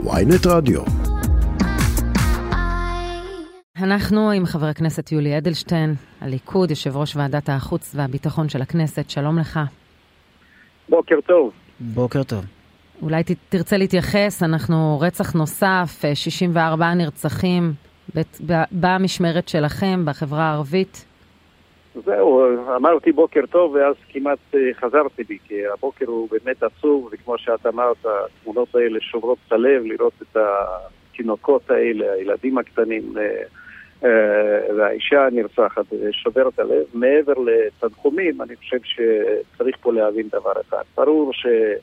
ynet רדיו. אנחנו עם חבר הכנסת יולי אדלשטיין, הליכוד, יושב ראש ועדת החוץ והביטחון של הכנסת. שלום לך. בוקר טוב. בוקר טוב. אולי תרצה להתייחס, אנחנו רצח נוסף, 64 נרצחים במשמרת שלכם בחברה הערבית. זהו, אמרתי בוקר טוב ואז כמעט חזרתי בי, כי הבוקר הוא באמת עצוב, וכמו שאת אמרת, התמונות האלה שוברות את הלב, לראות את התינוקות האלה, הילדים הקטנים, והאישה הנרצחת, שובר את הלב. מעבר לתנחומים, אני חושב שצריך פה להבין דבר אחד. ברור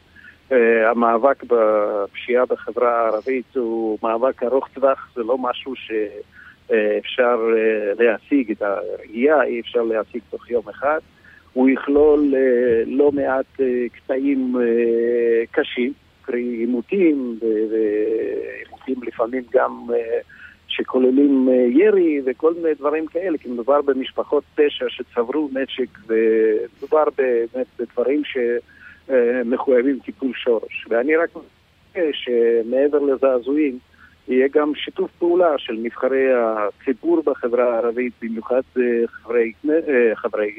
שהמאבק בפשיעה בחברה הערבית הוא מאבק ארוך טווח, זה לא משהו שאפשר להשיג את הרגיעה, אי אפשר להשיג תוך יום אחד. הוא יכלול לא מעט קטעים קשים, קרי עימותים, ועימותים לפעמים גם שכוללים ירי וכל מיני דברים כאלה, כי מדובר במשפחות פשע שצברו נשק, ומדובר באמת בדברים שמחויבים טיפול שורש. ואני רק חושב שמעבר לזעזועים, יהיה גם שיתוף פעולה של נבחרי הציבור בחברה הערבית, במיוחד חברי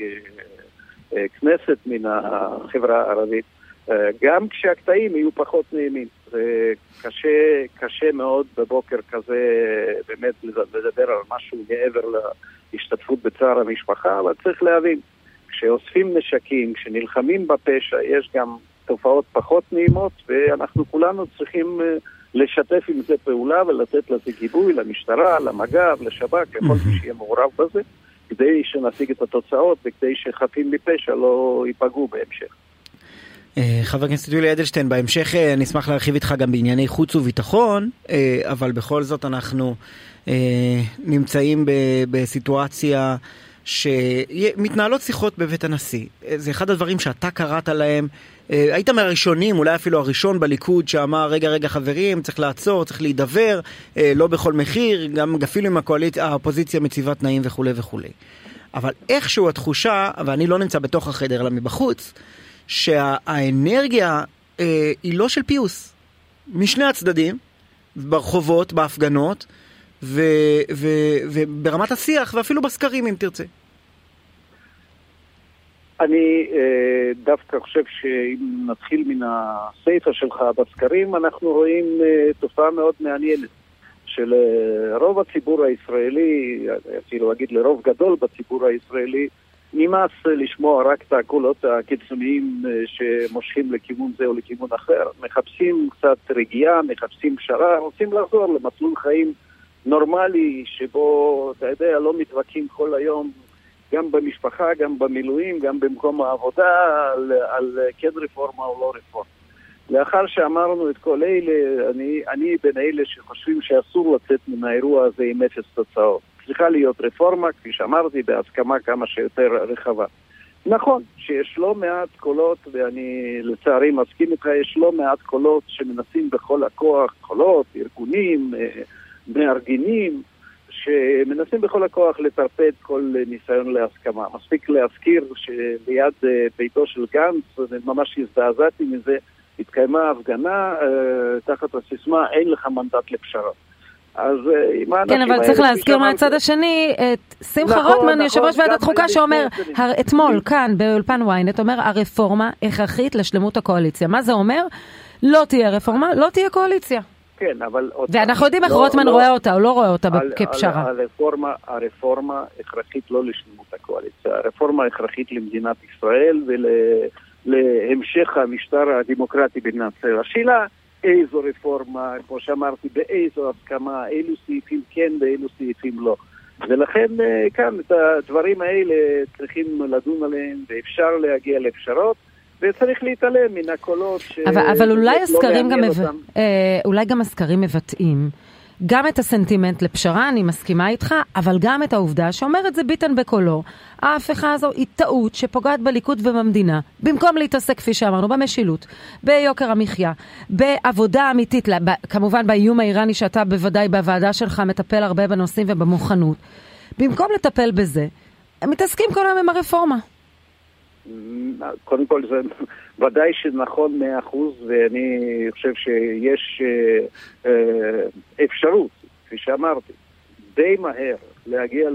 כנסת מן החברה הערבית, גם כשהקטעים יהיו פחות נעימים. זה קשה מאוד בבוקר כזה באמת לדבר על משהו מעבר להשתתפות בצער המשפחה, אבל צריך להבין, כשאוספים נשקים, כשנלחמים בפשע, יש גם תופעות פחות נעימות, ואנחנו כולנו צריכים לשתף עם זה פעולה ולתת לזה גיבוי למשטרה, למג"ב, לשב"כ, לכל מי שיהיה מעורב בזה, כדי שנשיג את התוצאות וכדי שחפים מפשע לא ייפגעו בהמשך. חבר הכנסת יולי אדלשטיין, בהמשך אני אשמח להרחיב איתך גם בענייני חוץ וביטחון, אבל בכל זאת אנחנו נמצאים בסיטואציה שמתנהלות שיחות בבית הנשיא. זה אחד הדברים שאתה קראת להם, היית מהראשונים, אולי אפילו הראשון בליכוד שאמר רגע חברים, צריך לעצור, צריך להידבר, לא בכל מחיר, גם אפילו עם האופוזיציה מציבה תנאים וכו' וכו'. אבל איכשהו התחושה, ואני לא נמצא בתוך החדר אלא מבחוץ, שהאנרגיה היא לא של פיוס משני הצדדים, ברחובות, בהפגנות וברמת השיח ואפילו בסקרים אם תרצה. אני דווקא חושב שאם נתחיל מן הסייפה שלך בסקרים, אנחנו רואים תופעה מאוד מעניינת של רוב הציבור הישראלי, אפילו אגיד לרוב גדול בציבור הישראלי, נמאס לשמוע רק את הקולות הקיצוניים שמושכים לכיוון זה או לכיוון אחר. מחפשים קצת רגיעה, מחפשים פשרה, רוצים לחזור למסלול חיים נורמלי שבו, אתה יודע, לא מתווכחים כל היום, גם במשפחה, גם במילואים, גם במקום העבודה, על כן רפורמה או לא רפורמה. לאחר שאמרנו את כל אלה, אני בין אלה שחושבים שאסור לצאת מן האירוע הזה עם אפס תוצאות. צריכה להיות רפורמה, כפי שאמרתי, בהסכמה כמה שיותר רחבה. נכון שיש לא מעט קולות, ואני לצערי מסכים איתך, יש לא מעט קולות שמנסים בכל הכוח, קולות, ארגונים, מארגנים, שמנסים בכל הכוח לטרפד כל ניסיון להסכמה. מספיק להזכיר שליד ביתו של גנץ, ממש הזדעזעתי מזה, התקיימה הפגנה תחת הסיסמה, אין לך מנדט לפשרה. כן, אבל צריך להזכיר מהצד השני את שמחה רוטמן, יושב ראש ועדת חוקה, שאומר אתמול כאן באולפן ynet, אומר הרפורמה הכרחית לשלמות הקואליציה. מה זה אומר? לא תהיה רפורמה, לא תהיה קואליציה. כן, אבל ואנחנו יודעים איך רוטמן רואה אותה או לא רואה אותה כפשרה. הרפורמה הכרחית לא לשלמות הקואליציה. הרפורמה הכרחית למדינת ישראל ולהמשך המשטר הדמוקרטי במדינת ישראל. השאלה איזו רפורמה, כמו שאמרתי, באיזו הסכמה, אילו סעיפים כן ואילו סעיפים לא. ולכן כאן את הדברים האלה צריכים לדון עליהם, ואפשר להגיע לפשרות, וצריך להתעלם מן הקולות אבל אולי גם הסקרים מבטאים גם את הסנטימנט לפשרה, אני מסכימה איתך, אבל גם את העובדה שאומרת זה ביטן בקולו, ההפיכה הזו היא טעות שפוגעת בליכוד ובמדינה, במקום להתעסק כפי שאמרנו, במשילות, ביוקר המחיה, בעבודה אמיתית, כמובן באיום האיראני שאתה בוודאי בוועדה שלך מטפל הרבה בנושאים ובמוכנות, במקום לטפל בזה, הם מתעסקים כל היום עם הרפורמה. קודם כל זה ודאי שנכון 100%, ואני חושב שיש אפשרות, כפי שאמרתי, די מהר להגיע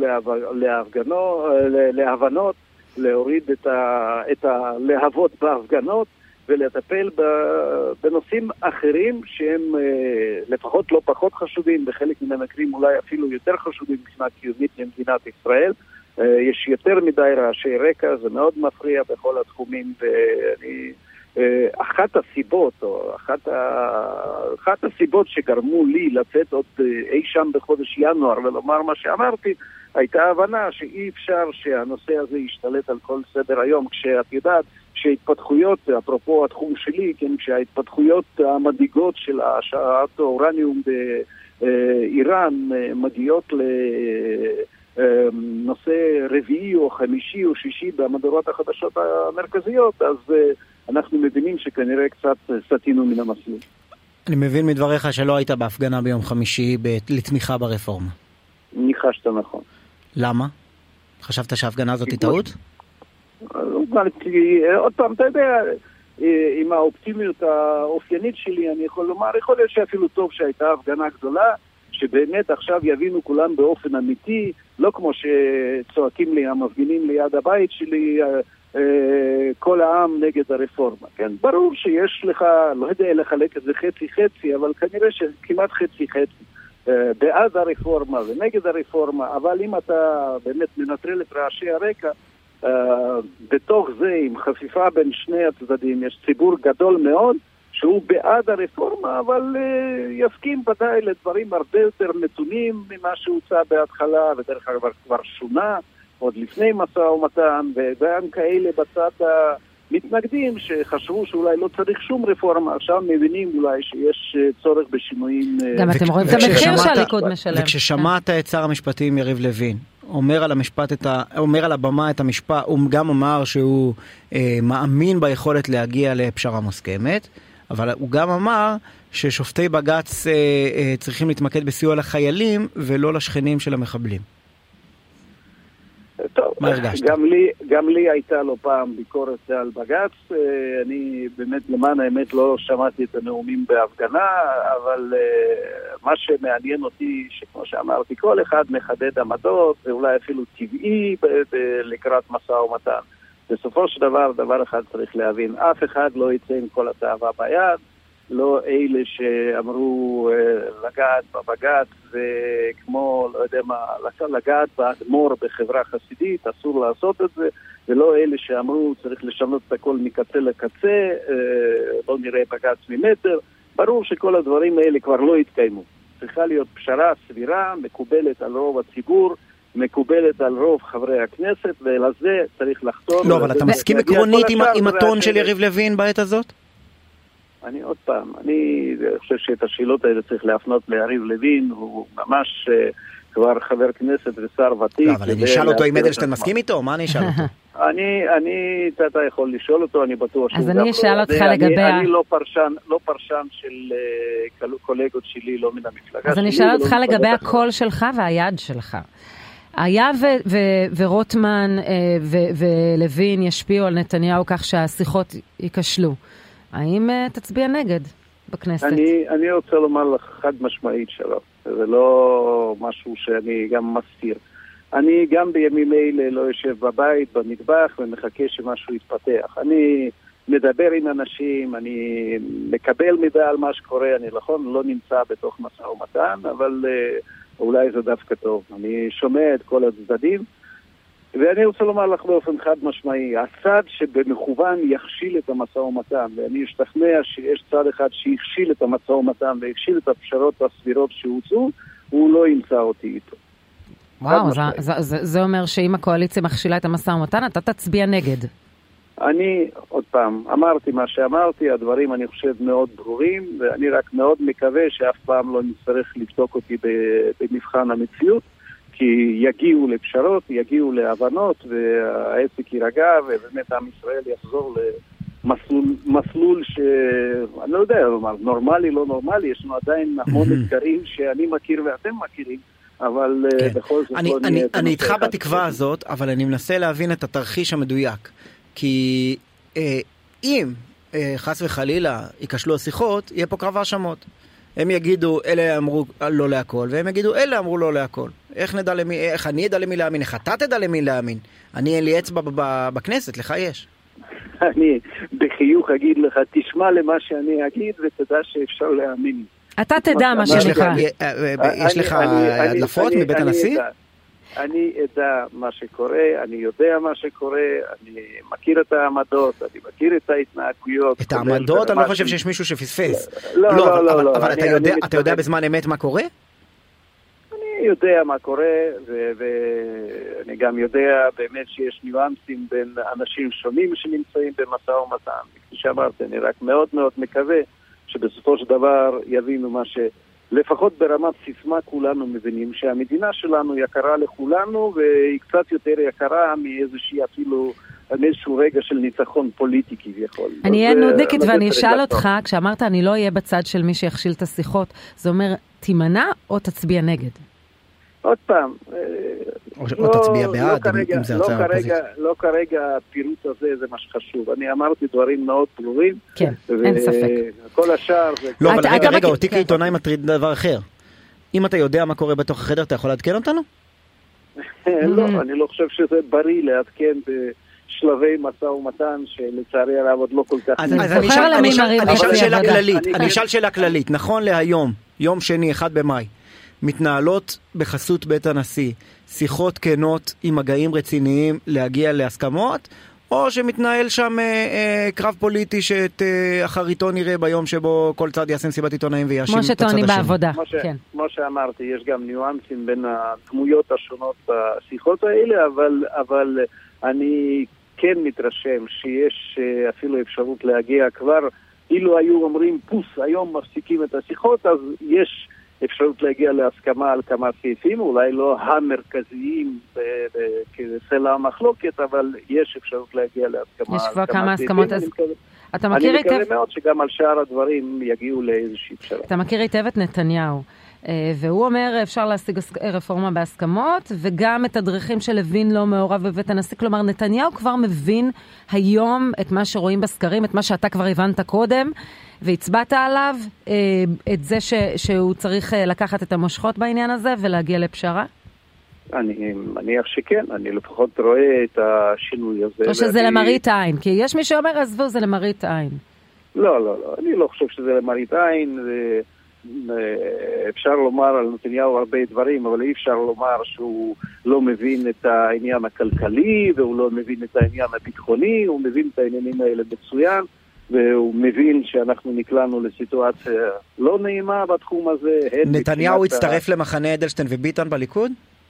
להבנות, להוריד את הלהבות בהפגנות, ולטפל בנושאים אחרים שהם לפחות לא פחות חשובים, בחלק מן המקרים אולי אפילו יותר חשובים מבחינה קיומית למדינת ישראל. יש יותר מדי רעשי רקע, זה מאוד מפריע בכל התחומים, ואני... אחת הסיבות שגרמו לי לצאת עוד אי שם בחודש ינואר ולומר מה שאמרתי, הייתה הבנה שאי אפשר שהנושא הזה ישתלט על כל סדר היום, כשאת יודעת שההתפתחויות, אפרופו התחום שלי, כן, כשההתפתחויות המדאיגות של השערת האורניום באיראן מגיעות לנושא רביעי או חמישי או שישי במהדורות החדשות המרכזיות, אז אנחנו מבינים שכנראה קצת סטינו מן המסלול. אני מבין מדבריך שלא היית בהפגנה ביום חמישי לתמיכה ברפורמה. ניחשת נכון. למה? חשבת שההפגנה הזאת היא טעות? עוד פעם, אתה יודע, עם האופטימיות האופיינית שלי, אני יכול לומר, יכול להיות שאפילו טוב שהייתה הפגנה גדולה, שבאמת עכשיו יבינו כולם באופן אמיתי, לא כמו שצועקים לי המפגינים ליד הבית שלי, כל העם נגד הרפורמה. כן? ברור שיש לך, לא יודע לחלק את זה חצי-חצי, אבל כנראה שכמעט חצי-חצי. בעד הרפורמה ונגד הרפורמה, אבל אם אתה באמת מנטרל את רעשי הרקע, בתוך זה, עם חפיפה בין שני הצדדים, יש ציבור גדול מאוד שהוא בעד הרפורמה, אבל יסכים ודאי לדברים הרבה יותר מתונים ממה שהוצא בהתחלה, ודרך אגב כבר שונה, עוד לפני משא ומתן, וגם כאלה בצד המתנגדים שחשבו שאולי לא צריך שום רפורמה, עכשיו מבינים אולי שיש צורך בשינויים. גם אתם רואים את המחיר שהליכוד משלם. וכששמעת את שר המשפטים יריב לוין, אומר על הבמה את המשפט, הוא גם אמר שהוא מאמין ביכולת להגיע לפשרה מוסכמת, אבל הוא גם אמר ששופטי בג"ץ צריכים להתמקד בסיוע לחיילים ולא לשכנים של המחבלים. טוב, גם לי הייתה לו פעם ביקורת על בג"ץ. אני באמת למען האמת לא שמעתי את הנאומים בהפגנה, אבל מה שמעניין אותי, שכמו שאמרתי, כל אחד מחדד עמדות, ואולי אפילו טבעי לקראת משא ומתן. בסופו של דבר אחד צריך להבין, אף אחד לא יצא עם כל התאווה ביד, לא אלה שאמרו לגעת בבג"ץ, וכמו, לא יודע מה, לגעת באדמו"ר בחברה חסידית, אסור לעשות את זה, ולא אלה שאמרו צריך לשנות את הכל מקצה לקצה, לא נראה בג"ץ ממטר. ברור שכל הדברים האלה כבר לא יתקיימו. צריכה להיות פשרה סבירה, מקובלת על רוב הציבור, מקובלת על רוב חברי הכנסת, ולזה צריך לחתור. לא, אבל אתה מסכים עקרונית עם הטון של יריב לוין בעת הזאת? אני עוד פעם, אני חושב שאת השאלות האלה צריך להפנות ליריב לוין, הוא ממש כבר חבר כנסת ושר ותיק. אבל אני אשאל אותו אם אדלשטיין מסכים איתו, מה אני אשאל אותו? אתה יכול לשאול אותו, אני בטוח שהוא אז אני אשאל אותך לגבי... אני לא פרשן של קולגות שלי, לא מן המפלגה. אז אני אשאל אותך לגבי הקול שלך והיד שלך. היה ורוטמן ולוין ישפיעו על נתניהו כך שהשיחות ייכשלו. האם תצביע נגד בכנסת? אני רוצה לומר לך חד משמעית שלא. זה לא משהו שאני גם מסתיר. אני גם בימים אלה לא יושב בבית, במטבח, ומחכה שמשהו יתפתח. אני מדבר עם אנשים, אני מקבל מידע על מה שקורה, אני לא נמצא בתוך משא ומתן, אבל אולי זה דווקא טוב. אני שומע את כל הצדדים, ואני רוצה לומר לך באופן חד משמעי, הצד שבמכוון יכשיל את המשא ומתן, ואני אשתכנע שיש צד אחד שיכשיל את המשא ומתן ויכשיל את הפשרות הסבירות שהוצאו, הוא לא ימצא אותי איתו. וואו, זה אומר שאם הקואליציה מכשילה את המשא ומתן, אתה תצביע נגד. אני, עוד פעם, אמרתי מה שאמרתי, הדברים אני חושב מאוד ברורים, ואני רק מאוד מקווה שאף פעם לא נצטרך לבדוק אותי במבחן המציאות, כי יגיעו לפשרות, יגיעו להבנות, והעסק יירגע, ובאמת עם ישראל יחזור למסלול אני לא יודע, נורמלי, לא נורמלי, יש לנו עדיין המון אתגרים שאני מכיר ואתם מכירים, אבל בכל זאת לא נהיה... אני איתך בתקווה הזאת, אבל אני מנסה להבין את התרחיש המדויק, כי אם חס וחלילה ייכשלו השיחות, יהיה פה קרב האשמות. הם יגידו, אלה אמרו לא להכל, והם יגידו, אלה אמרו לא להכל. איך אני אדע למי להאמין? איך אתה תדע למי להאמין? אני אין לי אצבע בכנסת, לך יש. אני בחיוך אגיד לך, תשמע למה שאני אגיד ותדע שאפשר להאמין. אתה תדע מה שנקרא. יש לך הדלפות מבית הנשיא? אני אדע מה שקורה, אני יודע מה שקורה, אני מכיר את העמדות, אני מכיר את ההתנהגויות. את העמדות? אני לא חושב שיש מישהו שפספס. לא. אבל אתה יודע בזמן אמת מה קורה? אני יודע מה קורה, ואני גם יודע באמת שיש ניואנסים בין אנשים שונים שנמצאים במשא ומתן. כפי שאמרתי, אני רק מאוד מאוד מקווה שבסופו של דבר יבינו מה לפחות ברמת סיסמה כולנו מבינים שהמדינה שלנו יקרה לכולנו, והיא קצת יותר יקרה מאיזשהו רגע של ניצחון פוליטי כביכול. אני אהיה נודניקית ואני אשאל אותך, כשאמרת אני לא אהיה בצד של מי שיכשיל את השיחות, זה אומר תימנע או תצביע נגד? עוד פעם, או תצביע בעד, אם זה הצעה האופוזיציה. לא כרגע הפירוט הזה זה מה שחשוב. אני אמרתי דברים מאוד ברורים. כן, אין ספק. כל השאר זה... לא, אבל רגע, אותי כעיתונאי מטריד דבר אחר. אם אתה יודע מה קורה בתוך החדר, אתה יכול לעדכן אותנו? לא, אני לא חושב שזה בריא לעדכן בשלבי משא ומתן, שלצערי הרב עוד לא כל כך... אז אני אשאל שאלה כללית. נכון להיום, יום שני, 1 במאי, מתנהלות בחסות בית הנשיא שיחות כנות עם מגעים רציניים להגיע להסכמות, או שמתנהל שם קרב פוליטי שאת אחריתו נראה ביום שבו כל צד יעשה מסיבת עיתונאים ויאשים את הצד השני? כמו שטוענים בעבודה. כמו שאמרתי, יש גם ניואנסים בין הדמויות השונות בשיחות האלה, אבל אני כן מתרשם שיש אפילו אפשרות להגיע כבר, אילו היו אומרים פוס, היום מפסיקים את השיחות, אז יש אפשרות להגיע להסכמה על כמה סעיפים, אולי לא המרכזיים כסלע המחלוקת, אבל יש אפשרות להגיע להסכמה. יש כבר כמה הסכמות. אני מקווה מאוד שגם על שאר הדברים יגיעו לאיזושהי פשרה. אתה מכיר היטב את נתניהו, והוא אומר אפשר להשיג רפורמה בהסכמות, וגם את הדרכים של לוין לא מעורב בבית הנשיא. כלומר, נתניהו כבר מבין היום את מה שרואים בסקרים, את מה שאתה כבר הבנת קודם, והצבעת עליו, את זה שהוא צריך לקחת את המושכות בעניין הזה ולהגיע לפשרה? אני מניח שכן, אני לפחות רואה את השינוי הזה. או שזה למראית עין, כי יש מי שאומר, עזבו, זה למראית עין. לא, אני לא חושב שזה למראית עין, אפשר לומר על נתניהו הרבה דברים, אבל אי אפשר לומר שהוא לא מבין את העניין הכלכלי, והוא לא מבין את העניין הביטחוני, הוא מבין את העניינים האלה מצוין, והוא מבין שאנחנו נקלענו לסיטואציה לא נעימה בתחום הזה. נתניהו הצטרף למחנה אדלשטיין וביטן בליכוד?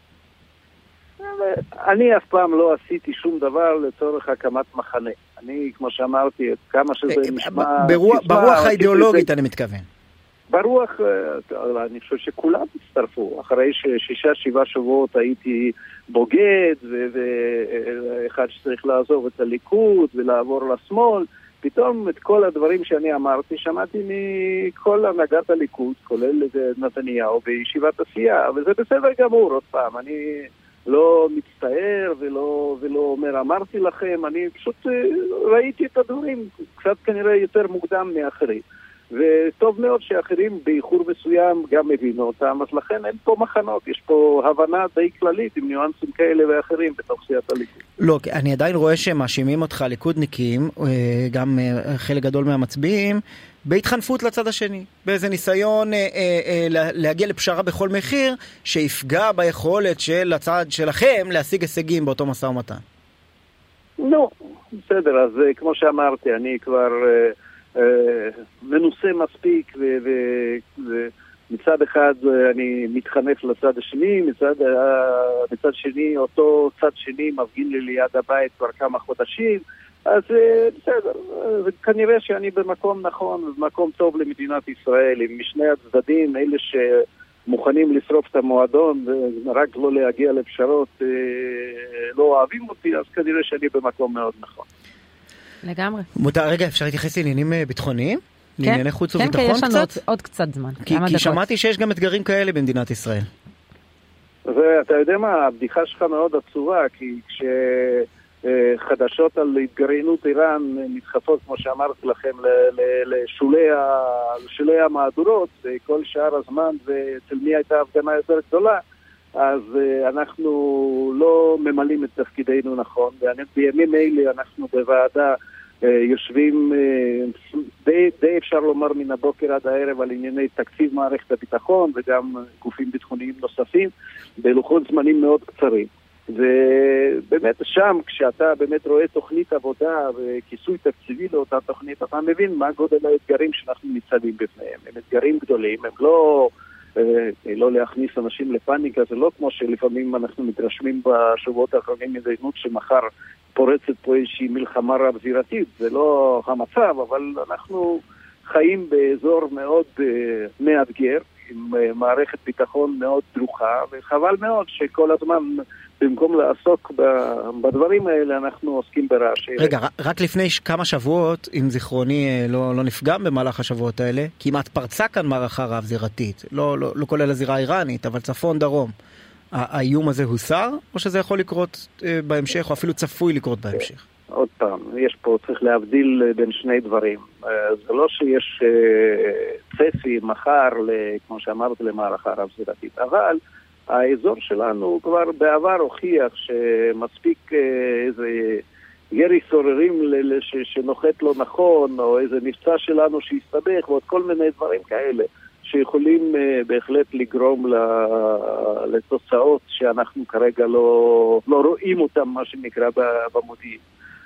אני אף פעם לא עשיתי שום דבר לצורך הקמת מחנה. אני, כמו שאמרתי, כמה שזה נשמע... ברוח האידיאולוגית אני מתכוון. ברוח, אני חושב שכולם הצטרפו. אחרי 6-7 שבועות הייתי בוגד, ואחד שצריך לעזוב את הליכוד ולעבור לשמאל. פתאום את כל הדברים שאני אמרתי, שמעתי מכל הנהגת הליכוד, כולל נתניהו בישיבת הסיעה, וזה בסדר גמור. עוד פעם, אני לא מצטער ולא אומר אמרתי לכם, אני פשוט ראיתי את הדברים קצת כנראה יותר מוקדם מאחרים. וטוב מאוד שאחרים באיחור מסוים גם הבינו אותם, אז לכן אין פה מחנות, יש פה הבנה די כללית עם ניואנסים כאלה ואחרים בתוך סיעת הליכוד. לא, אני עדיין רואה שמאשימים אותך ליכודניקים, גם חלק גדול מהמצביעים, בהתחנפות לצד השני, באיזה ניסיון להגיע לפשרה בכל מחיר, שיפגע ביכולת של הצד שלכם להשיג הישגים באותו משא ומתן. לא, בסדר, אז כמו שאמרתי, אני כבר... מנוסה מספיק ומצד אחד אני מתחנף לצד השני, מצד שני אותו צד שני מפגין לי ליד הבית כבר כמה חודשים, אז בסדר, וכנראה שאני במקום נכון, במקום טוב למדינת ישראל, עם משני הצדדים, אלה שמוכנים לשרוף את המועדון ורק לא להגיע לפשרות לא אוהבים אותי, אז כנראה שאני במקום מאוד נכון. לגמרי. רגע, אפשר להתייחס לעניינים ביטחוניים? כן, לענייני חוץ וביטחון קצת? כן, יש לנו עוד קצת זמן. כי שמעתי שיש גם אתגרים כאלה במדינת ישראל. ואתה יודע מה, הבדיחה שלך מאוד עצובה, כי חדשות על התגרענות איראן נדחפות, כמו שאמרתי לכם, לשולי המהדורות, כל שאר הזמן, ואצל מי הייתה הפגנה יותר גדולה, אז אנחנו לא ממלאים את תפקידנו נכון, ובימים אלה אנחנו בוועדה יושבים די אפשר לומר מן הבוקר עד הערב על ענייני תקציב מערכת הביטחון וגם גופים ביטחוניים נוספים בלוחות זמנים מאוד קצרים. ובאמת שם, כשאתה באמת רואה תוכנית עבודה וכיסוי תקציבי לאותה תוכנית, אתה מבין מה גודל האתגרים שאנחנו ניצבים בפניהם. הם אתגרים גדולים, הם לא להכניס אנשים לפאניקה, זה לא כמו שלפעמים אנחנו מתרשמים בשבועות האחרונים מדיינות שמחר פורצת פה איזושהי מלחמה רב-זירתית, זה לא המצב, אבל אנחנו חיים באזור מאוד מאתגר, עם מערכת ביטחון מאוד דרוכה, וחבל מאוד שכל הזמן במקום לעסוק בדברים האלה אנחנו עוסקים ברעש. רגע, רק לפני כמה שבועות, אם זיכרוני לא נפגם במהלך השבועות האלה, כמעט פרצה כאן מערכה רב-זירתית, לא כולל הזירה האיראנית, אבל צפון דרום. האיום הזה הוסר, או שזה יכול לקרות בהמשך, או אפילו צפוי לקרות בהמשך? עוד פעם, צריך להבדיל בין שני דברים. זה לא שיש צפי מחר, כמו שאמרתי, למערכה רב-זירתית, אבל האזור שלנו כבר בעבר הוכיח שמספיק איזה ירי סוררים שנוחת לא נכון, או איזה מבצע שלנו שהסתבך, ועוד כל מיני דברים כאלה, שיכולים בהחלט לגרום לתוצאות שאנחנו כרגע לא רואים אותם, מה שנקרא במודיעין.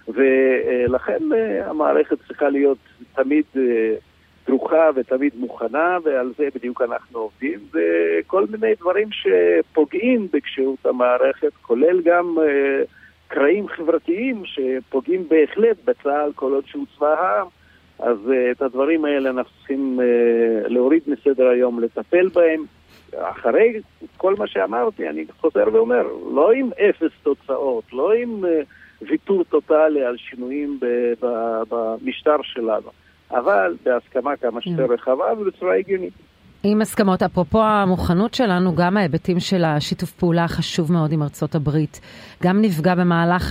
ולכן המערכת צריכה להיות תמיד דרוכה ותמיד מוכנה, ועל זה בדיוק אנחנו עובדים, וכל מיני דברים שפוגעים בקשירות המערכת, כולל גם קרעים חברתיים שפוגעים בהחלט בצה"ל כל עוד שהוא צבא העם, אז את הדברים האלה אנחנו צריכים להוריד מסדר היום, לטפל בהם. אחרי כל מה שאמרתי, אני חוזר ואומר, לא עם אפס תוצאות, לא עם ויתור טוטלי על שינויים במשטר שלנו, אבל בהסכמה כמה שיותר רחבה ובצורה הגיונית. עם הסכמות, אפרופו המוכנות שלנו, גם ההיבטים של השיתוף פעולה חשוב מאוד עם ארצות הברית, גם נפגע במהלך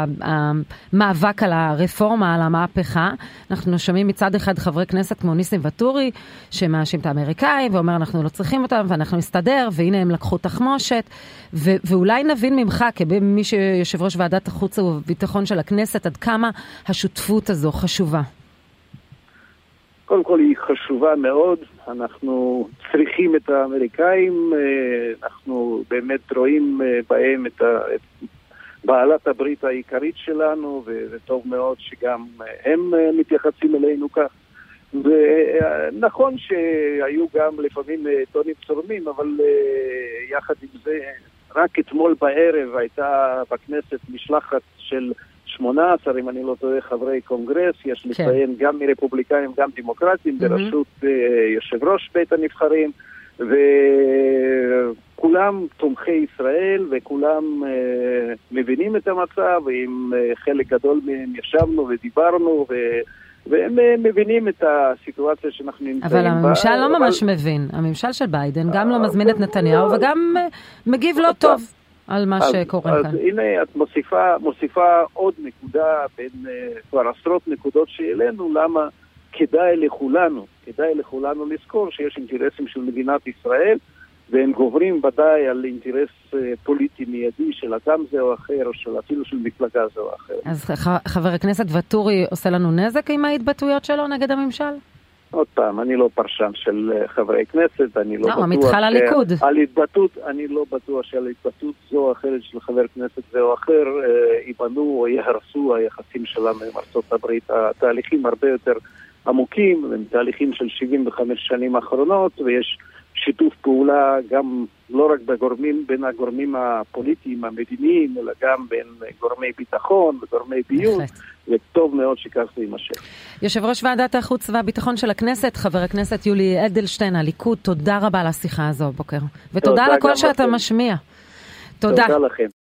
המאבק על הרפורמה, על המהפכה. אנחנו שומעים מצד אחד חברי כנסת כמו ניסים ואטורי, שמאשים את האמריקאים ואומר אנחנו לא צריכים אותם ואנחנו נסתדר, והנה הם לקחו תחמושת, ואולי נבין ממך, כמי שיושב ראש ועדת החוץ וביטחון של הכנסת, עד כמה השותפות הזו חשובה. קודם כל היא חשובה מאוד, אנחנו צריכים את האמריקאים, אנחנו באמת רואים בהם את בעלת הברית העיקרית שלנו, וטוב מאוד שגם הם מתייחסים אלינו כך. ונכון שהיו גם לפעמים טונים צורמים, אבל יחד עם זה, רק אתמול בערב הייתה בכנסת משלחת של 18, אם אני לא טועה, חברי קונגרס, יש לציין גם מרפובליקאים, גם דמוקרטים, בראשות יושב ראש בית הנבחרים, וכולם תומכי ישראל, וכולם מבינים את המצב, ועם חלק גדול מהם ישבנו ודיברנו, והם מבינים את הסיטואציה שאנחנו נמצאים בה. אבל הממשל לא ממש מבין. הממשל של ביידן גם לא מזמין את נתניהו, וגם מגיב לא טוב על מה שקורה כאן. אז הנה את מוסיפה עוד נקודה בין כבר עשרות נקודות שאלינו, למה כדאי לכולנו לזכור שיש אינטרסים של מדינת ישראל, והם גוברים ודאי על אינטרס פוליטי מיידי של אדם זה או אחר, או אפילו של מפלגה זה או אחר. אז חבר הכנסת ואטורי עושה לנו נזק עם ההתבטאויות שלו נגד הממשל? עוד פעם, אני לא פרשן של חברי כנסת, אני לא בטוח מתחל הליכוד. אני לא בטוח שעל התבטאות זו או אחרת של חבר כנסת זה או אחר ייבנו או יהרסו היחסים שלנו עם ארצות הברית. התהליכים הרבה יותר עמוקים, הם תהליכים של 75 שנים האחרונות, ויש שיתוף פעולה גם לא רק בין הגורמים הפוליטיים המדיניים, אלא גם בין גורמי ביטחון וגורמי ביון, וטוב מאוד שכך זה יימשך. יושב ראש ועדת החוץ והביטחון של הכנסת, חבר הכנסת יולי אדלשטיין, הליכוד, תודה רבה על השיחה הזו בוקר. ותודה על הכל שאתה משמיע. תודה. תודה לכם.